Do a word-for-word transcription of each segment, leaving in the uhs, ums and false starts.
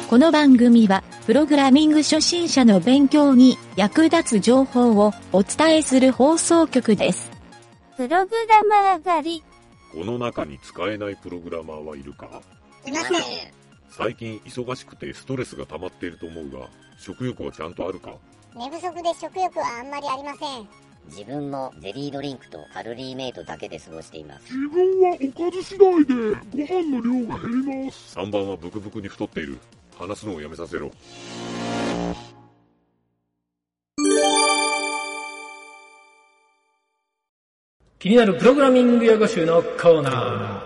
この番組は、プログラミング初心者の勉強に役立つ情報をお伝えする放送局です。 プログラマー狩り。 この中に使えないプログラマーはいるか？ いません。 最近忙しくてストレスが溜まっていると思うが、食欲はちゃんとあるか？ 寝不足で食欲はあんまりありません。 自分もゼリードリンクとカロリーメイトだけで過ごしています。 自分はおかず次第でご飯の量が減ります。 さんばんはブクブクに太っている。話すのをやめさせろ。 気になるプログラミング用語集のコーナー。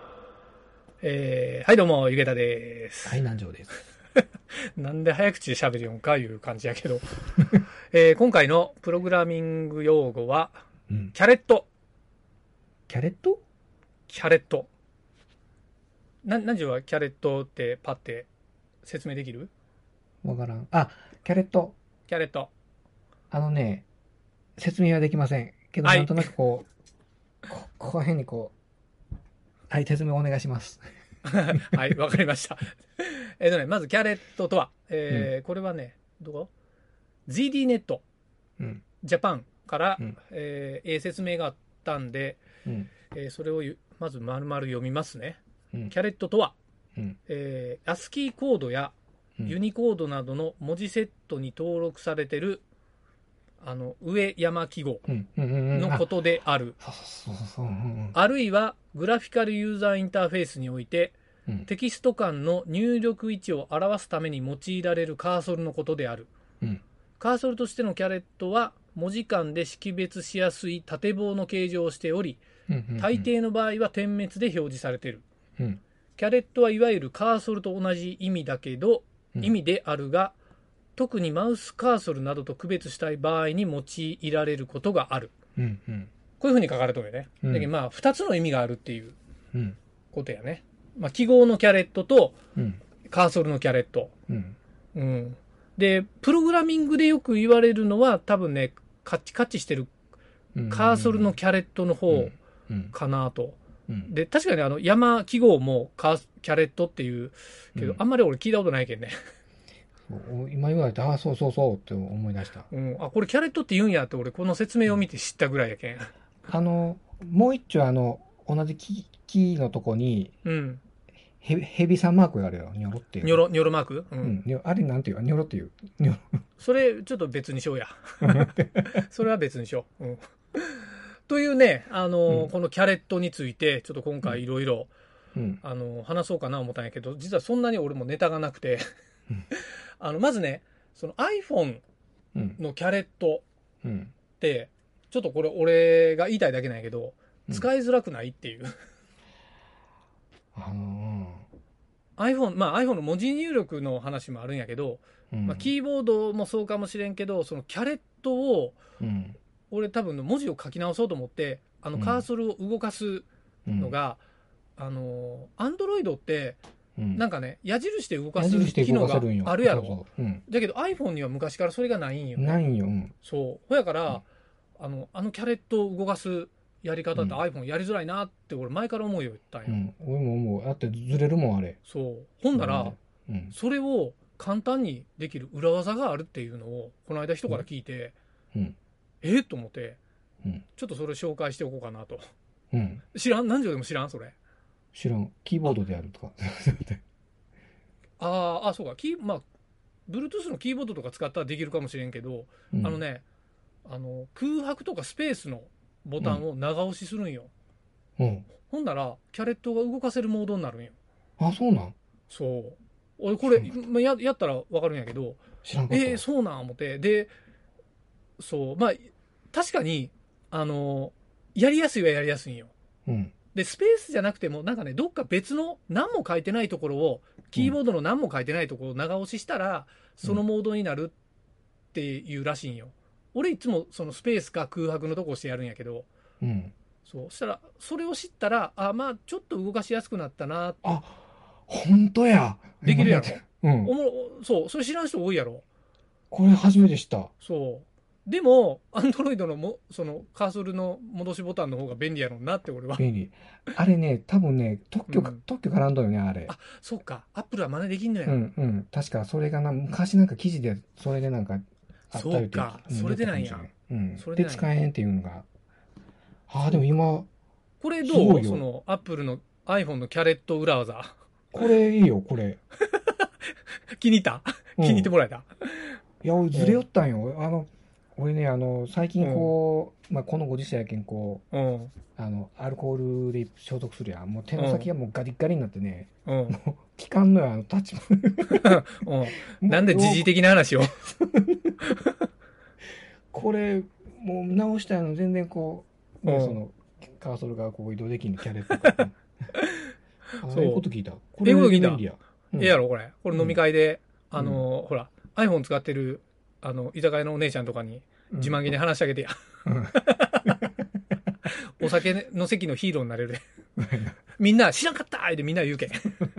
えー、はいどうも、ゆげたです。 はい、南條です。 なんで早口で喋るよんかいう感じやけど、えー、今回のプログラミング用語は、うん、キャレット。 キャレットキャレット。な、何時はキャレットってパッて説明できる？ わからん。あ、キャレット。 キャレット。 あのね、説明はできません。けど、なんとなくこう、はい、こ、ここ辺にこう、はい、説明お願いします。 はい、わかりました。えっとね、まずキャレットとは、えーうん、これはね、どこ ?ジーディー ネット、うん、ジャパンから、うんえー、説明があったんで、うんえー、それをまず丸々読みますね。うん、キャレットとは、うんえー、アスキー コードやユニコードなどの文字セットに登録されているあの上山記号のことである。あるいはグラフィカルユーザーインターフェースにおいて、うん、テキスト間の入力位置を表すために用いられるカーソルのことである。うん、カーソルとしてのキャレットは文字間で識別しやすい縦棒の形状をしており、大抵の場合は点滅で表示されている。うん、キャレットはいわゆるカーソルと同じ意味だけど、うん、意味であるが、特にマウスカーソルなどと区別したい場合に用いられることがある。うんうん、こういうふうに書かれてるよね。うん、だけどまあふたつの意味があるっていうことやね。まあ、記号のキャレットとカーソルのキャレット。うんうん、で、プログラミングでよく言われるのは多分ね、カッチカチしてるカーソルのキャレットの方かなと。で、確かにあの山記号もカーキャレットっていうけど、うん、あんまり俺聞いたことないけんね。 今言われて、ああ、そうそうそうって思い出した。 うん、あ、これキャレットって言うんやって俺この説明を見て知ったぐらいやけん。 あの、もう一丁あの、同じキーのとこに、うん。ヘ, ヘビさんマークがあるよ。ニョロっていう。 ニョロ、ニョロマーク？ うん。うん、あれなんていうニョロっていう。ニョロ。 それちょっと別にしようや。それは別にしよう。うん。というね、あの、うん、このキャレットについて、ちょっと今回いろいろ、あの、話そうかな思ったんやけど、実はそんなに俺もネタがなくて、うん、あの、まずね、その iPhone のキャレットって、ちょっとこれ俺が言いたいだけなんやけど、使いづらくないっていう。うん、あのー、iPhone、まあ iPhone の文字入力の話もあるんやけど、うん、まあ、キーボードもそうかもしれんけど、そのキャレットを、うん俺多分文字を書き直そうと思ってあのカーソルを動かすのが、うん、あのアンドロイドって、うん、なんかね矢印で動かす機能があるやろ。そうそう、うん、だけど iPhone には昔からそれがないんよ、ね。 ないんよ。うん、 そうほやから、うん、あのあのキャレットを動かすやり方って iPhone やりづらいなって俺前から思うよ言ったんよ。 うん、俺も思う。だってずれるもんあれ。 そうほんなら、うん、それを簡単にできる裏技があるっていうのをこの間人から聞いて。うんうんえと思って、うん、ちょっとそれ紹介しておこうかなと、うん、知らん何時でも知らんそれ知らんキーボードでやるとかああそうかキーまあ Bluetooth のキーボードとか使ったらできるかもしれんけど、うん、あのねあの空白とかスペースのボタンを長押しするんよ、うん、ほんならキャレットが動かせるモードになるんよ。 あそうなんそう俺これ、まあ、や, やったら分かるんやけど知らんかったえー、そうなん思ってでそうまあ確かにあのやりやすいはやりやすいんよ、うん、でスペースじゃなくてもなんかねどっか別の何も書いてないところをキーボードの何も書いてないところを長押ししたら、うん、そのモードになるっていうらしいんよ。俺いつもそのスペースか空白のとこ押してやるんやけど、うん、そうそしたらそれを知ったらあまあちょっと動かしやすくなったなって。 あ本当やできるやろ、うん、おもそうそれ知らん人多いやろ。 これ初めて知った。 そうでも、アンドロイドのも、その、カーソルの戻しボタンの方が便利やろうなって、俺は。 便利。あれね、多分ね、特許か、 うん特許絡んどるよね、あれ。 あ、そうか。アップルは真似できんのや。 うんうん。確かそれがな、昔なんか記事で、それでなんか、あったよってそうかんそれでなんや言ったかもしれんうん。 それでなんやで、使えへんっていうのが。ああ、でも今、 これすごいよどうその、アップルの iPhone のキャレット裏技。 これいいよ、これ。 気に入ったうん気に入ってもらえた、 いや、俺ずれよったんよ。あの、俺ね、あの、最近こう、まあ、このご時世やけん、こう、 うん。 あの、アルコールで消毒するやん。もう手の先がもうガリッガリになってね、 うん。 もう、効かんのよ、あの、タッチも。 うん。なんで時事的な話を。 これ、もう直したいの全然こう、ねうんその、カーソルがこう移動できんの、キャレットとか。あそうあいうこと聞いた。こええこと聞いた便利や。うんええやろ、これ。これ飲み会で、あの、ほら、iPhone 使ってる、あの、居酒屋のお姉ちゃんとかに、自慢げに話してあげてや。 うんお酒の席のヒーローになれるで。みんな、知らんかったーってみんな言うけん。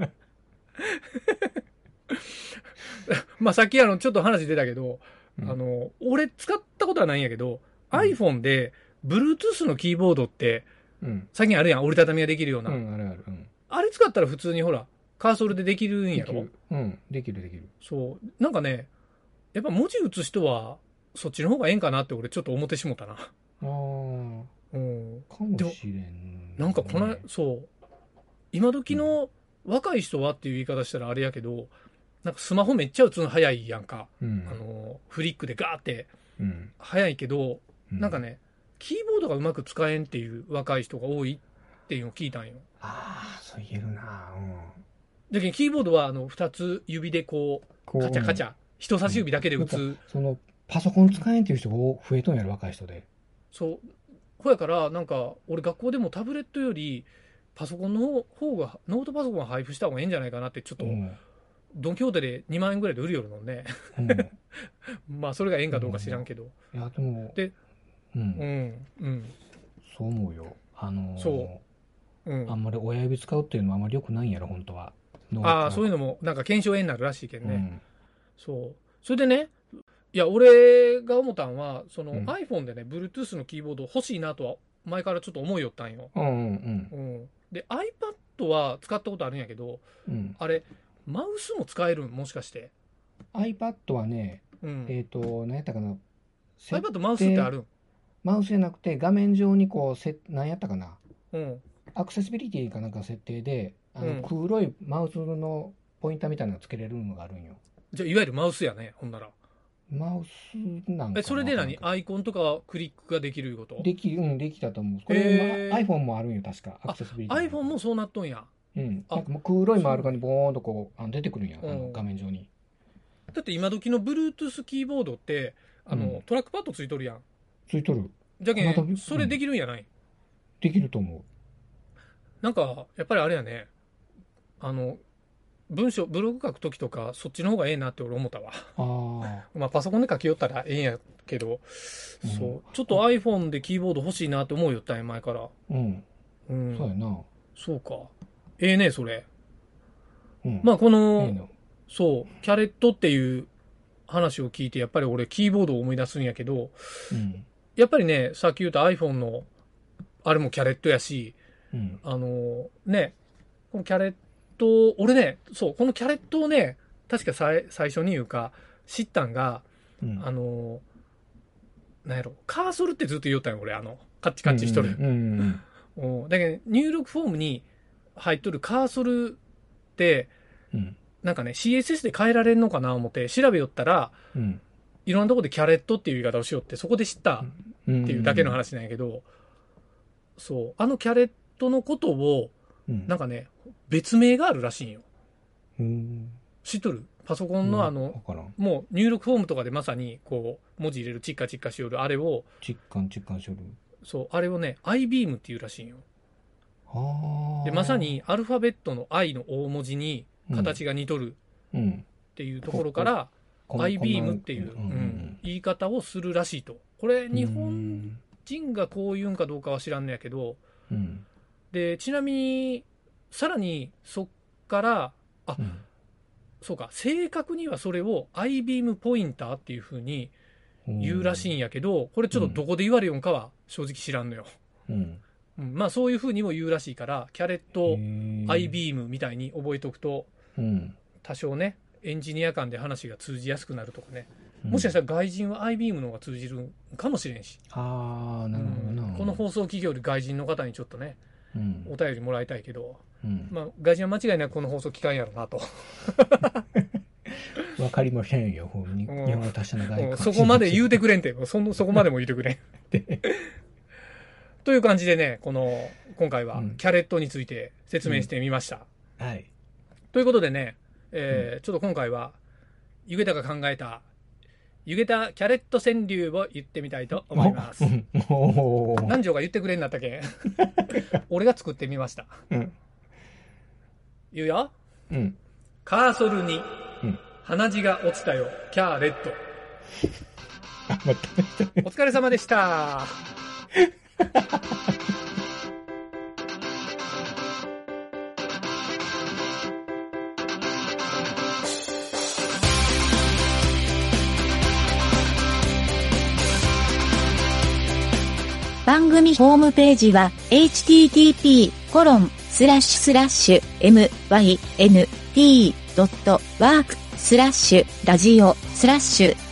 まあさっきあの、ちょっと話出たけど、 うんあの、俺使ったことはないんやけど、 うん iPhone で、Bluetooth のキーボードって、 うん。 最近あるやん、折りたたみができるような。 うん、あるある。うん。 あれ使ったら普通にほら、カーソルでできるんやろできる。うん、できるできる。 そう。なんかね、やっぱ文字打つ人は、そっちの方がええんかなって俺ちょっと思ってしもたな。 ああ、 うん。 かもしれん。 なんかこの、 ねそう。今時の若い人はっていう言い方したらあれやけど、なんかスマホめっちゃ打つの早いやんか。 うん。 あの、フリックでガーってうん。 早いけど、 うなんか。ね、キーボードがうまく使えんっていう若い人が多いっていうのを聞いたんよ。 ああ、そう言えるな。うん。 だけどキーボードはあの、二つ指でここう、カチャカチャ、人差し指だけで打つ。 なんかその、パソコン使えんっていう人が増えとんやろ、若い人で。 そう。ほやから、なんか、俺学校でもタブレットより、パソコンの方が、ノートパソコン配布した方がいいんじゃないかなって、ちょっと、 うん。 ドンキホーテでにまんえんぐらいで売るよるのね。 うん。 まあ、それがええんかどうか知らんけど。 いや、でも、 で、 う。 うんん、うん、 そう思うよ。あのーそううん。 あんまり親指使うっていうのはあんまり良くないんやろ、本当は。 ああ、そういうののも、なんか検証炎になるらしいけどね。 ね。 そう。それでね、いや、俺が思ったんは、その、 うん iPhone でね、Bluetooth のキーボード欲しいなとは、前からちょっと思いよったんよ。 うんうんうん。で、iPad は使ったことあるんやけど、 うん。うん。 あれ、マウスも使えるんもしかして。 iPad はね、 うん。 えっと、何やったかな。設 iPad マウスってあるんマウスじゃなくて、画面上にこう、せ何やったかな。 うん。 アクセシビリティかなんか設定で、あのうん黒いマウスのポインターみたいなのつけれるのがあるんよ。 じゃあ、いわゆるマウスやね、ほんなら。 マウスなんかなえ、それで何わからんアイコンとかクリックができるいうことけどでき、うん、できたと思う。これ、 へーま iPhone もあるんよ、確か。アクセシビリティ。 iPhone もそうなっとんや。 うん。 あなんかもう黒い丸がにボーンとこう、あの出てくるんや、あうんの画面上に。 だって今時の Bluetooth キーボードって、あの、 うんトラックパッドついとるやん。 ついとる。 じゃけまたん、それできるんやない、 できると思なんか、やっぱりあれやね。あの、文章、ブログ書くときとか、そっちの方がええなって俺思ったわ。 う。あまあ、パソコンで書きよったらええんやけど、 うんそう。ちょっと iPhone でキーボード欲しいなって思うよったんや、前から。 あ。うん。 うん。 そうやな。 そうか。ええね、それ。 うん。 まあ、この、 いいの。 そう、キャレットっていう話を聞いて、やっぱり俺、キーボードを思い出すんやけど、 うん。 やっぱりね、さっき言った iPhone の、あれもキャレットやし、 うん。 あのね、このキャレット、俺ね、そう、このキャレットをね、確かさい最初に言うか、知ったんが、 うん。 あの、なんやろ、カーソルってずっと言おったんよ、俺、あの、カッチカッチしとる。 うんうんうんだけど、入力フォームに入っとるカーソルって、 うん。 なんかね、シーエスエス で変えられんのかな思って調べよったら、 うん。 いろんなとこでキャレットっていう言い方をしよって、そこで知ったうん。 っていうだけの話なんやけど、そう、あのキャレットのことを、 うん。 なんかね、別名があるらしいんよ。 うん。 知っとるパソコンのあの、 わからん。 もう入力フォームとかでまさに、こう、文字入れるチッカチッカしよるあれを、 実感、実感しよる。 そう、あれをね、アイビームっていうらしいんよ。 ああ。 で、まさにアルファベットの I の大文字に形が似とるうん。 っていうところから、 このアイビームっていう、 こうんんなうん言い方をするらしいと。これ、 うん。 日本人がこう言うんかどうかは知らんのやけど、 うん。 で、ちなみに、さらにそっから、あ、 うん。 そうか、正確にはそれを アイビームポインターっていうふうに言うらしいんやけど、これちょっとどこで言われよんかは正直知らんのよ。うんうん、まあそういう風にも言うらしいから、キャレット I ビームみたいに覚えておくと、うん、多少ね、エンジニア間で話が通じやすくなるとかね。もしかしたら外人は I ビームの方が通じるかもしれんし。 ああ、なるほどな、うん。 この放送企業で外人の方にちょっとね、うん、お便りもらいたいけど、うん、まあ外人は間違いなくこの放送機関やろうなと。 わかりませんよ、日本語達者な外国人、 そこまで言うてくれんて、そのそこまでも言うてくれん。という感じでね、この今回はキャレットについて説明してみました。うんうん、はい。ということでね、えーうん、ちょっと今回はゆげたが考えたゆげたキャレット川柳を言ってみたいと思います。南條が言ってくれんなったけん俺が作ってみました。うん、言うよ。うん、カーソルに、うん鼻血が落ちたよ、キャーレット。お疲れ様でした。 番組ホームページは エイチティーティーピーコロンスラッシュスラッシュエムワイエヌティードットワークスラッシュラジオスラッシュ